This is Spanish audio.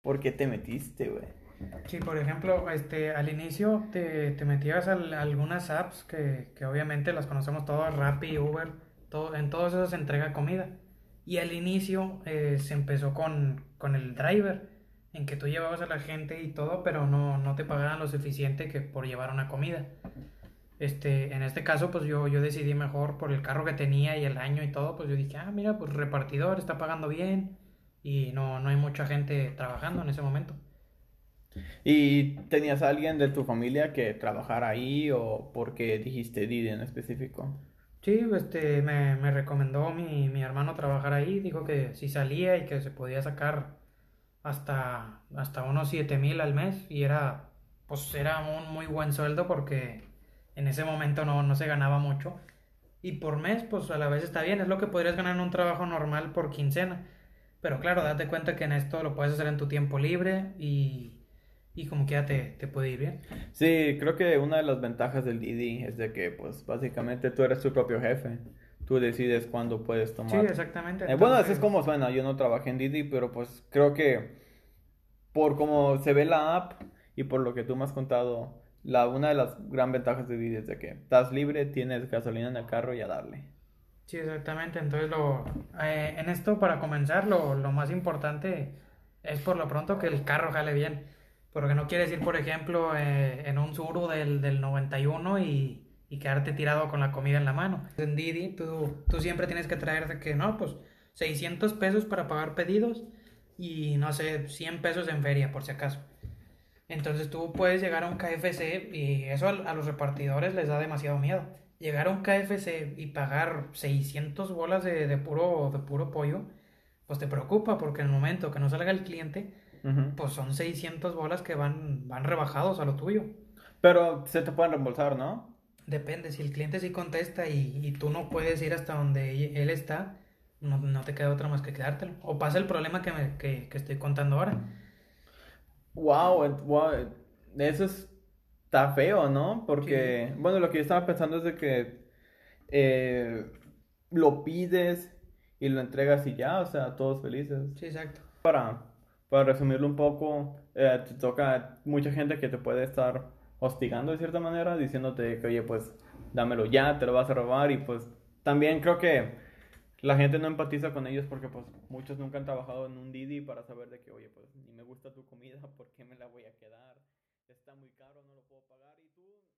¿Por qué te metiste, güey? Sí, por ejemplo, al inicio te metías a algunas apps que obviamente las conocemos todos, Rappi, Uber, en todos esos se entrega comida. Y al inicio se empezó con el driver, en que tú llevabas a la gente y todo, pero no te pagaban lo suficiente que por llevar una comida. En este caso, pues yo decidí mejor por el carro que tenía y el año y todo, pues yo dije, ah, mira, pues repartidor, está pagando bien y no hay mucha gente trabajando en ese momento. ¿Y tenías a alguien de tu familia que trabajara ahí o porque dijiste Didi en específico? Sí, me recomendó mi hermano trabajar ahí, dijo que si salía y que se podía sacar hasta unos 7,000 al mes y pues era un muy buen sueldo porque en ese momento no se ganaba mucho y por mes pues a la vez está bien, es lo que podrías ganar en un trabajo normal por quincena, pero claro, date cuenta que en esto lo puedes hacer en tu tiempo libre y como que ya te puede ir bien. Sí, creo que una de las ventajas del Didi es de que, pues, básicamente tú eres tu propio jefe. Tú decides cuándo puedes Sí, tomar. exactamente, Bueno, así es entonces. como suena. Yo no trabajé en Didi, pero pues creo que por cómo se ve la app y por lo que tú me has contado, una de las gran ventajas de Didi es de que estás libre, tienes gasolina en el carro y a darle. Sí, exactamente. Entonces, en esto, para comenzar, lo más importante es por lo pronto que el carro jale bien. Porque no quieres ir, por ejemplo, en un Suru del 91 y quedarte tirado con la comida en la mano. En Didi, tú siempre tienes que traer de que, no, pues 600 pesos para pagar pedidos y, no sé, 100 pesos en feria, por si acaso. Entonces tú puedes llegar a un KFC y eso a los repartidores les da demasiado miedo. Llegar a un KFC y pagar 600 bolas de puro pollo, pues te preocupa porque en el momento que no salga el cliente, Ujú. pues son 600 bolas que van rebajados a lo tuyo. Pero se te pueden reembolsar, ¿no? Depende, si el cliente sí contesta y tú no puedes ir hasta donde él está, no te queda otra más que quedártelo. O pasa el problema que estoy contando ahora. Wow, wow, eso está feo, ¿no? Sí, Porque, bueno, lo que yo estaba pensando es de que eh, lo pides y lo entregas y ya, o sea, todos felices. sí, exacto. Para resumirlo un poco, te toca mucha gente que te puede estar hostigando de cierta manera, diciéndote que, oye, pues dámelo ya, te lo vas a robar y pues también creo que la gente no empatiza con ellos porque pues muchos nunca han trabajado en un Didi para saber de que, oye, pues ni me gusta tu comida, ¿por qué me la voy a quedar? Está muy caro, no lo puedo pagar y tú